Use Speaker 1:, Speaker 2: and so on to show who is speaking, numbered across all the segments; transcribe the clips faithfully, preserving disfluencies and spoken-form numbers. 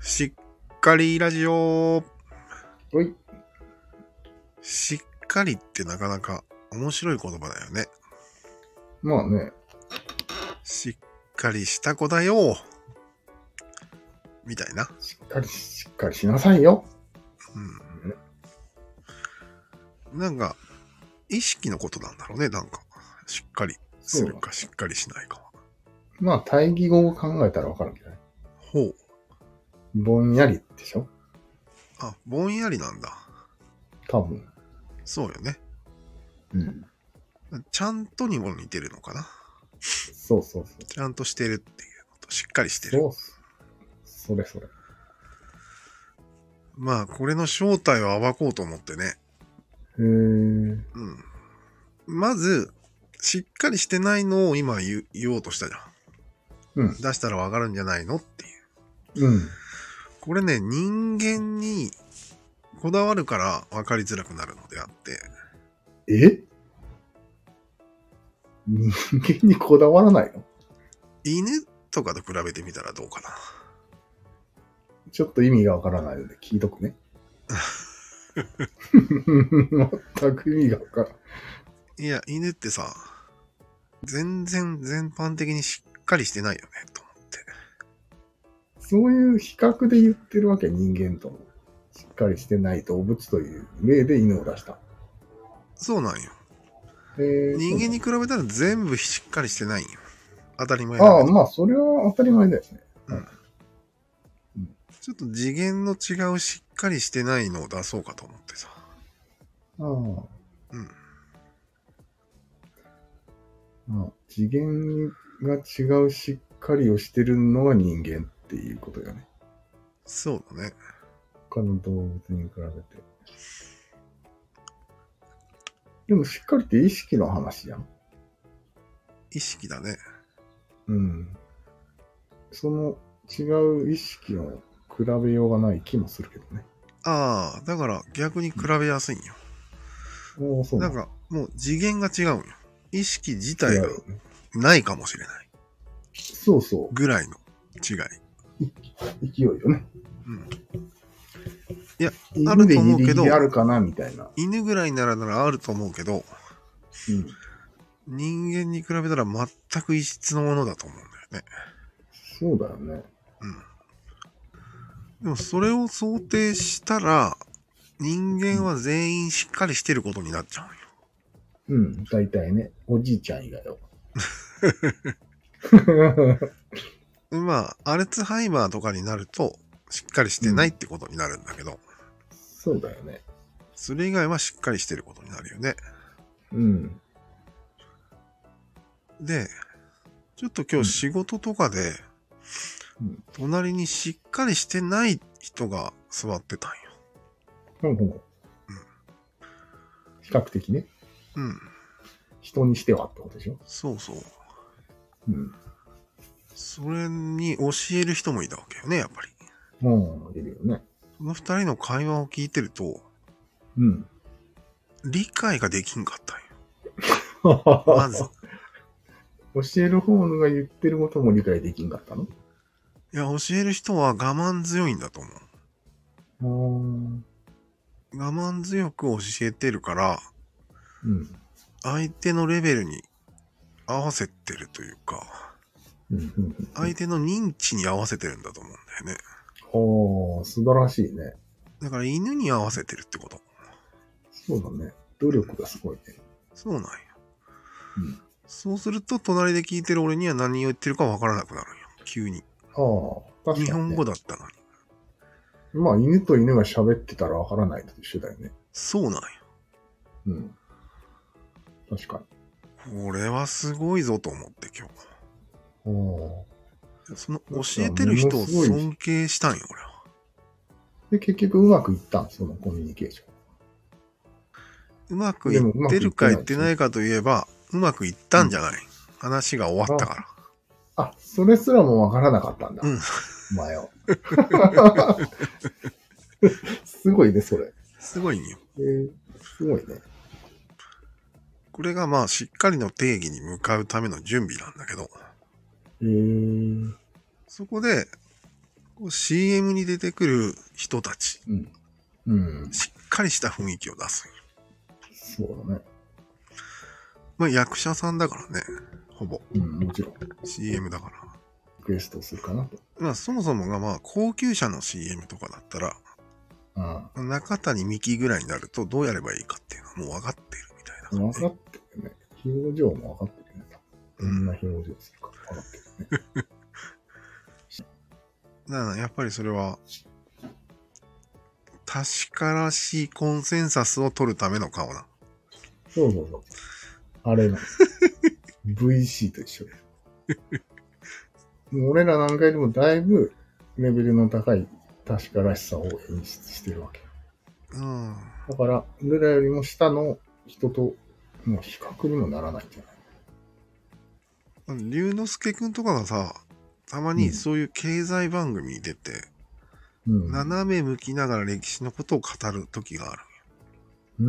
Speaker 1: しっかりラジオ。
Speaker 2: はい。
Speaker 1: しっかりってなかなか面白い言葉だよね。
Speaker 2: まあね。
Speaker 1: しっかりした子だよ。みたいな。
Speaker 2: しっかり、しっかりしなさいよ。
Speaker 1: うん。なんか、意識のことなんだろうね。なんか、しっかりするかしっかりしないかは。
Speaker 2: まあ、対義語を考えたらわかるんじゃない？
Speaker 1: ほう。
Speaker 2: ぼんやりでしょ？
Speaker 1: あ、ぼんやりなんだ。
Speaker 2: 多分。
Speaker 1: そうよね。
Speaker 2: うん。
Speaker 1: ちゃんとにも似てるのかな。
Speaker 2: そうそうそう。
Speaker 1: ちゃんとしてるっていうのと、しっかりしてる。
Speaker 2: そう。それそれ。
Speaker 1: まあ、これの正体を暴こうと思ってね。
Speaker 2: へー。
Speaker 1: うん。まず、しっかりしてないのを今言言おうとしたじゃん。
Speaker 2: うん。
Speaker 1: 出したらわかるんじゃないのっていう。
Speaker 2: うん。
Speaker 1: これね、人間にこだわるから分かりづらくなるのであって。
Speaker 2: え？人間にこだわらないの？
Speaker 1: 犬とかと比べてみたらどうかな。
Speaker 2: ちょっと意味がわからないので聞いとくね。全く意味がわからん。
Speaker 1: いや、犬ってさ、全然全般的にしっかりしてないよね、と思って。
Speaker 2: そういう比較で言ってるわけ、人間との。しっかりしてない動物という例で犬を出した。
Speaker 1: そうなんよ。
Speaker 2: えー、
Speaker 1: 人間に比べたら全部しっかりしてないんよ。当たり前だ
Speaker 2: ああ、
Speaker 1: けど。
Speaker 2: まあ、それは当たり前だよね。
Speaker 1: うん。ちょっと次元の違うしっかりしてないのを出そうかと思ってさ。
Speaker 2: ああ。
Speaker 1: うん。
Speaker 2: まあ、次元が違うしっかりをしてるのが人間っていうことよね。
Speaker 1: そうだね。
Speaker 2: 他の動物に比べて。でもしっかりって意識の話じゃん。
Speaker 1: 意識だね。
Speaker 2: うん。その違う意識を比べようがない気もするけどね。
Speaker 1: ああ、だから逆に比べやすいんよ。
Speaker 2: おお、そうなの。
Speaker 1: なんかもう次元が違うんよ。意識自
Speaker 2: 違
Speaker 1: 体が
Speaker 2: うよね。
Speaker 1: ないかもしれない。
Speaker 2: そうそ
Speaker 1: ぐらいの違い。
Speaker 2: う。勢いよね。
Speaker 1: うん。いや、あ
Speaker 2: 犬で
Speaker 1: ると思う
Speaker 2: ギリギリ
Speaker 1: けど、
Speaker 2: あるかなみたいな。
Speaker 1: 犬ぐらいならならあると思うけど、
Speaker 2: うん。
Speaker 1: 人間に比べたら全く異質のものだと思うんだよね。
Speaker 2: そうだよね。
Speaker 1: うん。でもそれを想定したら、人間は全員しっかりしてることになっちゃうんよ。
Speaker 2: うん、大体ね。おじいちゃん以外は。
Speaker 1: まあ、アルツハイマーとかになると、しっかりしてないってことになるんだけど、うん、
Speaker 2: そうだよね。
Speaker 1: それ以外はしっかりしてることになるよね。
Speaker 2: うん。
Speaker 1: で、ちょっと今日仕事とかで、うん、隣にしっかりしてない人が座ってたんよ。
Speaker 2: ほうほう。うん。比較的ね。
Speaker 1: うん。
Speaker 2: 人にしてはってことでしょ？
Speaker 1: そうそう。
Speaker 2: うん。
Speaker 1: それに教える人もいたわけよね、やっぱり。
Speaker 2: もう、いるよね。
Speaker 1: その二人の会話を聞いてると、
Speaker 2: うん。
Speaker 1: 理解ができんかったんよ。まず。
Speaker 2: 教える方のが言ってることも理解できんかったの？
Speaker 1: いや、教える人は我慢強いんだと思う。我慢強く教えてるから、うん、相手のレベルに合わせてるというか、相手の認知に合わせてるんだと思うんだよね。
Speaker 2: おー、素晴らしいね。
Speaker 1: だから犬に合わせてるってこと。
Speaker 2: そうだね。努力がすごいね。
Speaker 1: うん、そうなんよ。うん、そうすると、隣で聞いてる俺には何を言ってるかわからなくなるんよ。急に。
Speaker 2: ああ、確かに、ね。
Speaker 1: 日本語だったのに。
Speaker 2: まあ、犬と犬が喋ってたらわからないと一緒だよね。
Speaker 1: そうなんよ。
Speaker 2: うん。確か
Speaker 1: に。これはすごいぞと思って今日。おその教えてる人を尊敬したんよ、俺は。
Speaker 2: で、結局うまくいったん、そのコミュニケーション。
Speaker 1: うまくいってるかいってないかといえば、うまくいったんじゃない、うん、話が終わったから。
Speaker 2: あ, あ、それすらもわからなかったんだ。うん。お前は。すごいね、それ。
Speaker 1: すごいんよ。
Speaker 2: えー、すごいね。
Speaker 1: これがまあ、しっかりの定義に向かうための準備なんだけど。
Speaker 2: えー、
Speaker 1: そこで、 シーエム に出てくる人たち、
Speaker 2: うんうん、
Speaker 1: しっかりした雰囲気を出す。
Speaker 2: そうだね。
Speaker 1: まあ役者さんだからね、ほぼ。
Speaker 2: うん、もちろん。
Speaker 1: シーエム だから。
Speaker 2: リクエストするかなと。
Speaker 1: まあそもそもがまあ高級車の シーエム とかだったら、
Speaker 2: ああ
Speaker 1: 中谷美紀ぐらいになるとどうやればいいかっていうのはもう分かってるみたいな感じ。
Speaker 2: 分かってるね。表情も分かってるね。どんな表情するか分かってるね。
Speaker 1: だからやっぱりそれは、確からしいコンセンサスを取るための顔な。
Speaker 2: そうそうそう。あれな。ブイシー と一緒です。俺らなんかよりもだいぶレベルの高い確からしさを演出してるわけ。
Speaker 1: うん。
Speaker 2: だから、俺らよりも下の人ともう比較にもならないんじゃない？
Speaker 1: 龍之介くんとかがさ、たまにそういう経済番組に出て、うん、斜め向きながら歴史のことを語る時がある。
Speaker 2: うんうん、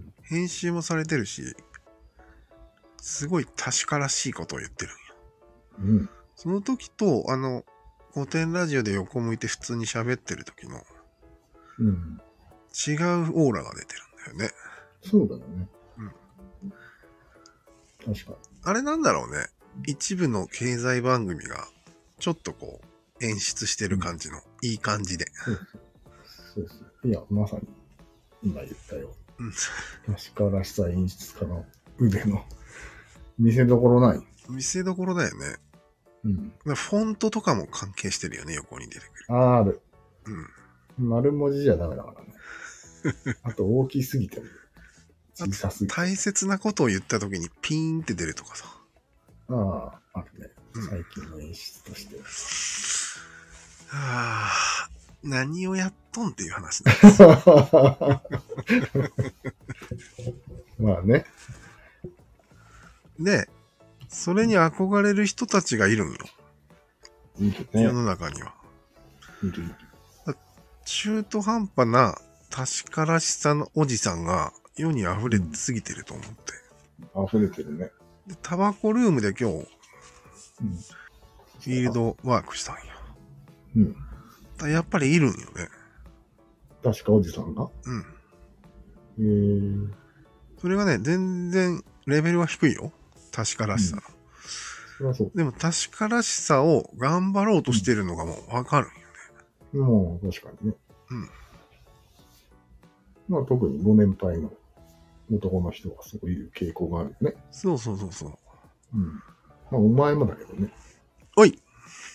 Speaker 1: 編集もされてるし、すごい確からしいことを言ってるんよ。うん、その時と、あの、古典ラジオで横向いて普通に喋ってる時の、うん、違うオーラが出てるんだよね。
Speaker 2: そうだよね。うん、確かに。
Speaker 1: あれなんだろうね。一部の経済番組が、ちょっとこう、演出してる感じの、うん、いい感じで。
Speaker 2: そうそう。そうそう。いや、まさに、今言ったように。うん、確からしさ演出家の腕の見せどころない。
Speaker 1: 見せどころだよね。うん。フォントとかも関係してるよね、横に出てくる。
Speaker 2: あ, ある。うん。丸文字じゃダメだからね。あと大きすぎてる。小さすぎて。
Speaker 1: 大切なことを言った時にピーンって出るとかさ。
Speaker 2: ああ、あるね。最近の演出として。うん、
Speaker 1: はあ、何をやっとんっていう話なんですよ。
Speaker 2: まあね。
Speaker 1: で、それに憧れる人たちがいるんよ。
Speaker 2: いるね。
Speaker 1: 世の中には。
Speaker 2: いるいる。
Speaker 1: 中途半端な確からしさのおじさんが世に溢れすぎてると思って。
Speaker 2: うん、溢れてるね。
Speaker 1: で、タバコルームで今日、うん、フィールドワークしたんよ。うん。だやっぱりいるんよね。
Speaker 2: 確かおじさんが？うん。へー。
Speaker 1: それがね、全然レベルは低いよ。確からしさの。うん、
Speaker 2: そりゃそう。
Speaker 1: でも確からしさを頑張ろうとしてるのがもうわかるんよね。
Speaker 2: うん、もう確かにね。うん。まあ特にご年配の男の人はそういう傾向があるよね。
Speaker 1: そうそうそうそう。
Speaker 2: うん。まあお前もだけどね。
Speaker 1: おい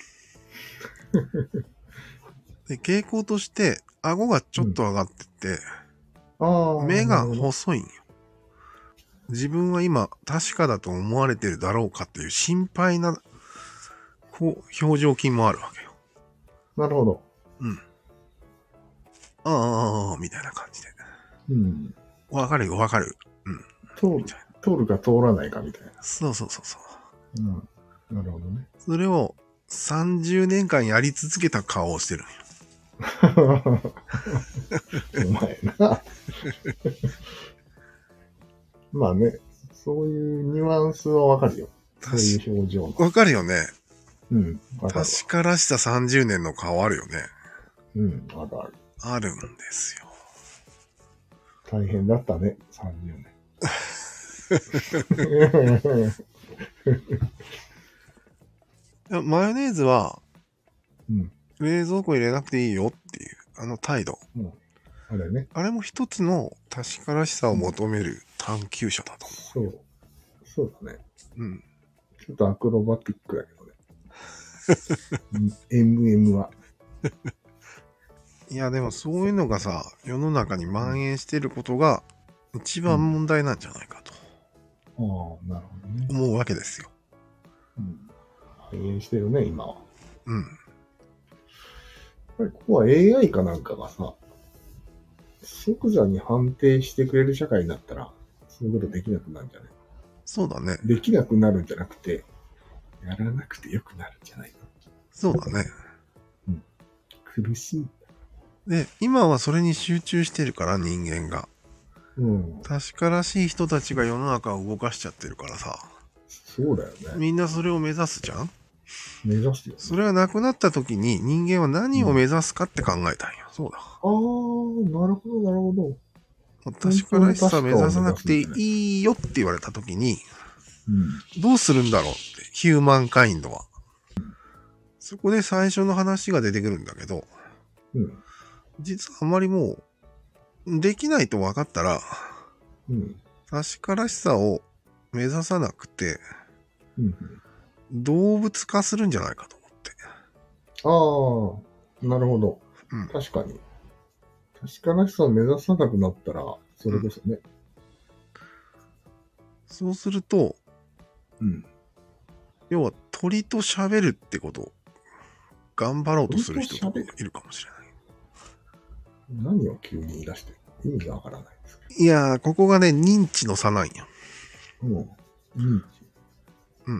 Speaker 1: で傾向として顎がちょっと上がってて、うん、目が細いんよ。自分は今確かだと思われてるだろうかっていう心配なこう表情筋もあるわけよ。
Speaker 2: なるほど。
Speaker 1: うん。ああああみたいな感じで。うん。わかるよわかる。うん。
Speaker 2: 通る通るか通らないかみたいな。
Speaker 1: そうそうそうそう。
Speaker 2: うん。なるほどね。
Speaker 1: それをさんじゅうねんかんやり続けた顔をしてるんよ。
Speaker 2: お前な。まあね、そういうニュアンスはわかるよ。そういう表情。
Speaker 1: わかるよね。
Speaker 2: うん。
Speaker 1: 確からしささんじゅうねんの顔あるよね。
Speaker 2: うん、あるある。
Speaker 1: あるんですよ。
Speaker 2: 大変だったね、さんじゅうねん。
Speaker 1: マヨネーズは、うん、冷蔵庫入れなくていいよっていう、あの態度。うん、
Speaker 2: あれね。
Speaker 1: あれも一つの確からしさを求める探求者だと
Speaker 2: 思う。そう。そうだね。
Speaker 1: うん。
Speaker 2: ちょっとアクロバティックだけどね。エムエム は。
Speaker 1: いや、でもそういうのがさ、世の中に蔓延してることが一番問題なんじゃないかと。
Speaker 2: うん、ああ、なるほどね。
Speaker 1: 思うわけですよ。
Speaker 2: うん。蔓延してるね、今は。
Speaker 1: うん。
Speaker 2: やっぱりここは エーアイ かなんかがさ、即座に判定してくれる社会になったら、そういうことできなくなるんじゃない？
Speaker 1: そうだね。
Speaker 2: できなくなるんじゃなくて、やらなくてよくなるんじゃないの？
Speaker 1: そうだね。
Speaker 2: うん。苦しい。
Speaker 1: で、今はそれに集中してるから人間が。
Speaker 2: うん。
Speaker 1: 確からしい人たちが世の中を動かしちゃってるからさ。
Speaker 2: そうだよね。
Speaker 1: みんなそれを目指すじゃん？
Speaker 2: 目指すよ、ね。
Speaker 1: それがなくなった時に人間は何を目指すかって考えたんよ。うん、そうだ。
Speaker 2: ああ、なるほど、なるほど。
Speaker 1: 確からしさを目指さなくていいよって言われた時に、うん、どうするんだろうって、ヒューマンカインドは。うん、そこで最初の話が出てくるんだけど、うん、実はあまりもう、できないと分かったら、うん、確からしさを目指さなくて、うん、動物化するんじゃないかと思
Speaker 2: って。ああ、なるほど。うん、確かに。確からしさを目指さなくなったら、それこそね。うん、
Speaker 1: そうすると、うん、要は鳥と喋るってことを頑張ろうとする人とかいるかもしれない。
Speaker 2: 何を急に言い出してる？意味がわからないですけ
Speaker 1: ど。いやー、ここがね、認知の差なんよ。
Speaker 2: うん。認知。
Speaker 1: うん。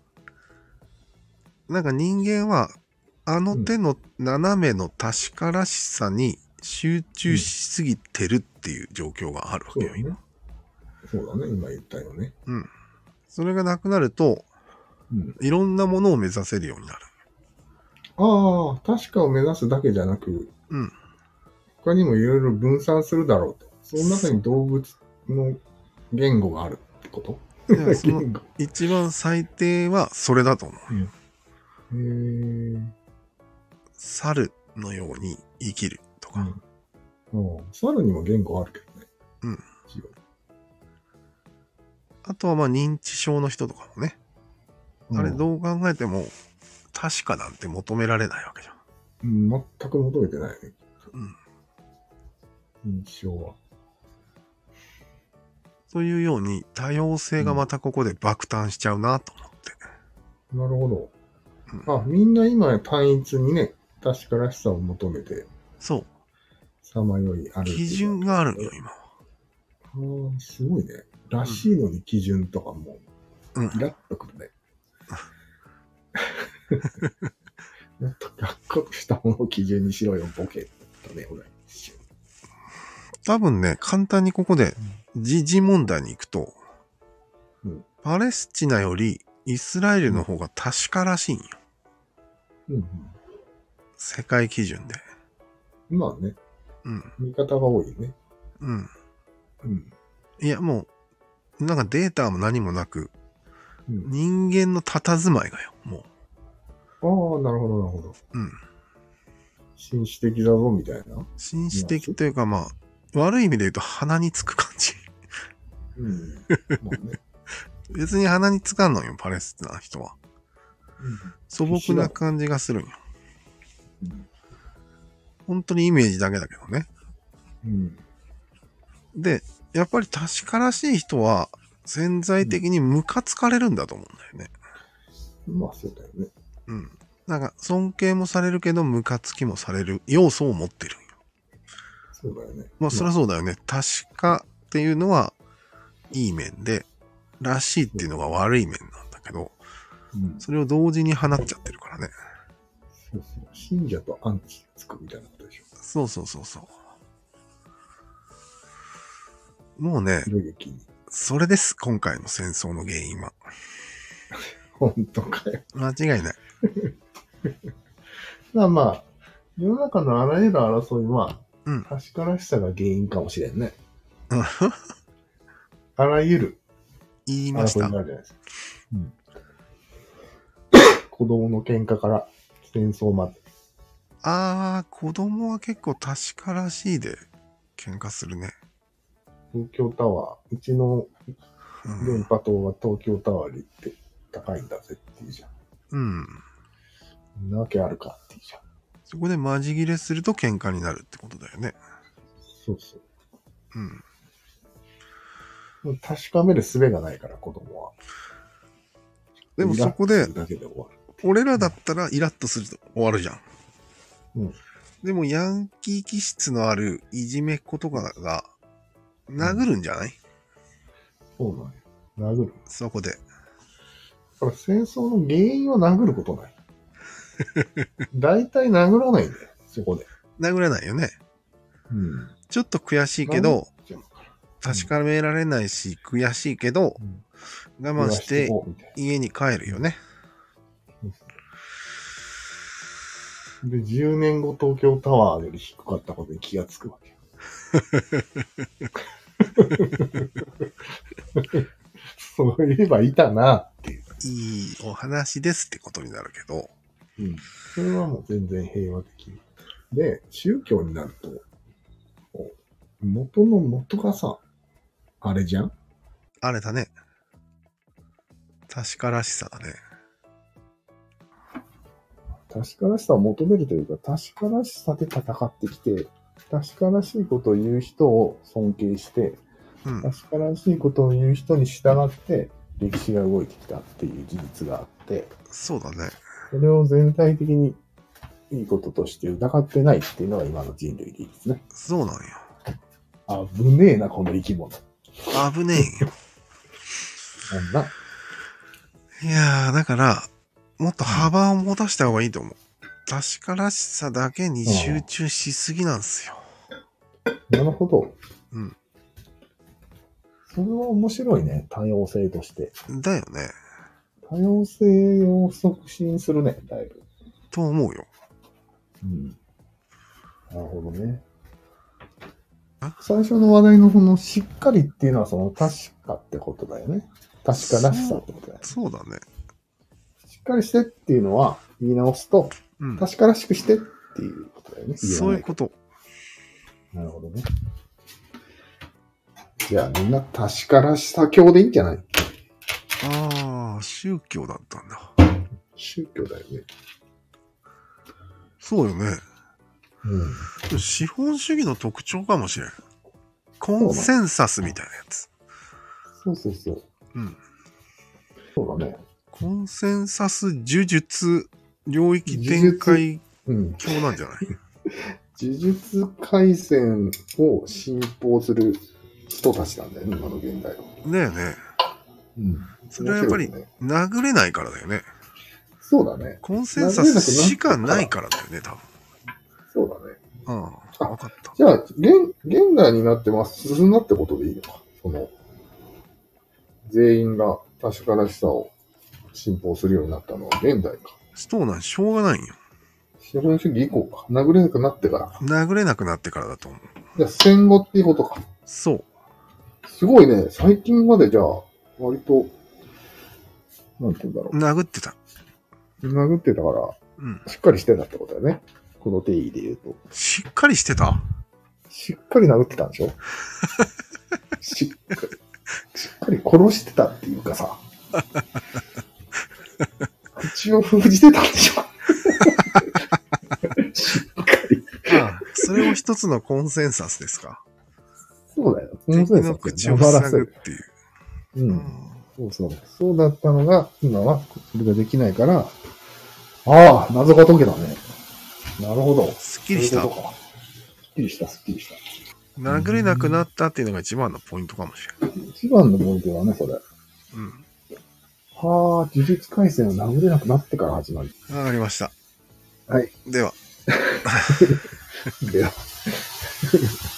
Speaker 1: なんか人間は、あの手の斜めの確からしさに集中しすぎてるっていう状況があるわけよ、
Speaker 2: うん、今。そうだね、今言ったよね。
Speaker 1: うん。それがなくなると、うん、いろんなものを目指せるようになる。
Speaker 2: ああ、確かを目指すだけじゃなく、うん、他にもいろいろ分散するだろうと。その中に動物の言語があるってこと？
Speaker 1: その一番最低はそれだと思う。うん、へー。猿のように生きるとか。
Speaker 2: うん、猿にも言語あるけどね。うん。
Speaker 1: あとはまあ認知症の人とかもね。うん、あれどう考えても確かなんて求められないわけじゃ
Speaker 2: ん。うん、全く求めてないね。うん。認知症は。
Speaker 1: というように多様性がまたここで爆誕しちゃうなと思って。
Speaker 2: うん、なるほど。うん、あ、みんな今単一にね、確からしさを求めて。
Speaker 1: そう。
Speaker 2: さまよい
Speaker 1: 歩いてる。基準があるのよ、今は。
Speaker 2: ああ、すごいね。らしいのに基準とかも、うん、イラッとくるね。もっと学校したものを基準にしろよ、ボケ。とね、俺。
Speaker 1: 多分ね、簡単にここで時事問題に行くと、うん、パレスチナよりイスラエルの方が確からしいんよ。うんうん、世界基準で。
Speaker 2: まあね。うん。見方が多いね。
Speaker 1: うん。うん。いや、もう、なんかデータも何もなく、うん、人間の佇まいがよ、も
Speaker 2: う。ああ、なるほど、なるほど。うん。紳士的だぞ、みたいな。
Speaker 1: 紳士的というか、まあ、悪い意味で言うと鼻につく感じ。うん。まあね、別に鼻につかんのよ、パレスチナの人は。うん、素朴な感じがするんよ。うん、本当にイメージだけだけどね。うん、で、やっぱり確からしい人は潜在的にムカつかれるんだと思うんだよね。
Speaker 2: うん、まあそうだよね。
Speaker 1: うん。なんか尊敬もされるけどムカつきもされる要素を持ってるんよ。
Speaker 2: そうだよね。
Speaker 1: まあそりゃそうだよね。確かっていうのはいい面で、らしいっていうのが悪い面なんだけど、うん、それを同時に放っちゃってるからね。
Speaker 2: そうそう。信者とアンチがつくみたいなことでしょ。
Speaker 1: そうそうそうそう。もうね、それです、今回の戦争の原因は。
Speaker 2: 本当かよ。
Speaker 1: 間違いない。
Speaker 2: まあまあ、世の中のあらゆる争いは、うん、確からしさが原因かもしれんね。あらゆる
Speaker 1: 言いました。
Speaker 2: 争いがあるじゃないですか。うん、子供の喧嘩から戦争まで。
Speaker 1: ああ、子供は結構確からしいで喧嘩するね。
Speaker 2: 東京タワー、うちの電波塔は東京タワーで行って高いんだぜっていうじゃん。うん。そんなわけあるかっていうじゃん。
Speaker 1: そこでマジ切れすると喧嘩になるってことだよね。
Speaker 2: そうそう。うん。確かめる術がないから、子供は。
Speaker 1: でもそこで、俺らだったらイラッとすると終わるじゃん。うん。でもヤンキー気質のあるいじめっ子とかが殴るんじゃない？
Speaker 2: うん、そうなんや。殴る。
Speaker 1: そこで。
Speaker 2: だから戦争の原因は殴ることない。大体殴らないんだよ、そこで。
Speaker 1: 殴らないよね。うん。ちょっと悔しいけど、確かめられないし、悔しいけど、うん、我慢して家に帰るよね。
Speaker 2: で、じゅうねんご東京タワーより低かったことに気がつくわけ。そういえばいたなっていう。
Speaker 1: いいお話ですってことになるけど。
Speaker 2: うん。それはもう全然平和的。で、宗教になると、元の元がさ、あれじゃん？
Speaker 1: あれだね。確からしさだね。
Speaker 2: 確からしさを求めるというか、確からしさで戦ってきて、確からしいことを言う人を尊敬して、うん、確からしいことを言う人に従って歴史が動いてきたっていう事実があって、
Speaker 1: そうだね。
Speaker 2: それを全体的にいいこととして疑ってないっていうのが今の人類でいいですね。
Speaker 1: そうなんよ。
Speaker 2: 危ねえな、この生き物。
Speaker 1: 危ねえよ。
Speaker 2: なんだ。
Speaker 1: いやー、だから、もっと幅を持たせた方がいいと思う。確からしさだけに集中しすぎなんですよ。
Speaker 2: なるほど。
Speaker 1: うん。
Speaker 2: それは面白いね。多様性として。
Speaker 1: だよね。
Speaker 2: 多様性を促進するね、だいぶ。
Speaker 1: と思うよ。
Speaker 2: うん。なるほどね。最初の話題のこのしっかりっていうのはその確かってことだよね。確からしさってことだよね。
Speaker 1: そうだね。
Speaker 2: しっかりしてっていうのは言い直すと、うん、確からしくしてっていうことだよね。
Speaker 1: そういうこと。
Speaker 2: なるほどね。じゃあみんな確からしさ教でいいんじゃない？
Speaker 1: ああ、宗教だったんだ。
Speaker 2: 宗教だよね。
Speaker 1: そうよね。うん。資本主義の特徴かもしれん。コンセンサスみたいなやつ。
Speaker 2: そうそうそう。
Speaker 1: うん。
Speaker 2: そうだね。
Speaker 1: コンセンサス呪術領域展開教なんじゃない？
Speaker 2: 呪術廻戦を信奉する人たちなんだよね、今の現代は。
Speaker 1: だよね。うん。それはやっぱり殴れないからだよね。
Speaker 2: そうだね。
Speaker 1: コンセンサスしかないからだよね、多分。
Speaker 2: そうだね。
Speaker 1: うん。あ、わかった。
Speaker 2: じゃあ、現、現代になってまっすぐなってことでいいのか。その、全員が確からしさを信奉するようになったのは現代か。
Speaker 1: そうなん、しょうがないんよ。
Speaker 2: 資本主義以降か。殴れなくなってからか。
Speaker 1: 殴れなくなってからだと思う。
Speaker 2: じゃあ戦後っていうことか。
Speaker 1: そう。
Speaker 2: すごいね。最近までじゃあ、割と、なんて言うんだろう。
Speaker 1: 殴ってた。
Speaker 2: 殴ってたから、うん、しっかりしてたってことだよね。この定義で言うと。
Speaker 1: しっかりしてた？
Speaker 2: しっかり殴ってたんでしょしっかり、しっかり殺してたっていうかさ。口を封じてたんでしょしっかり。
Speaker 1: ああ、それも一つのコンセンサスですか。
Speaker 2: そうだよ。コンセンサス。敵の
Speaker 1: 口を塞ぐっていう。
Speaker 2: うん。そうそう。そうだったのが、今はそれができないから、ああ、謎が解けたね。なるほど。
Speaker 1: すっきりした。
Speaker 2: すっきりした、すっきりした。
Speaker 1: 殴れなくなったっていうのが一番のポイントかもしれない。
Speaker 2: 一番のポイントだね、それ。うん。はあ、呪術廻戦を殴れなくなってから始まる。
Speaker 1: わかりました。
Speaker 2: はい。
Speaker 1: では。
Speaker 2: では。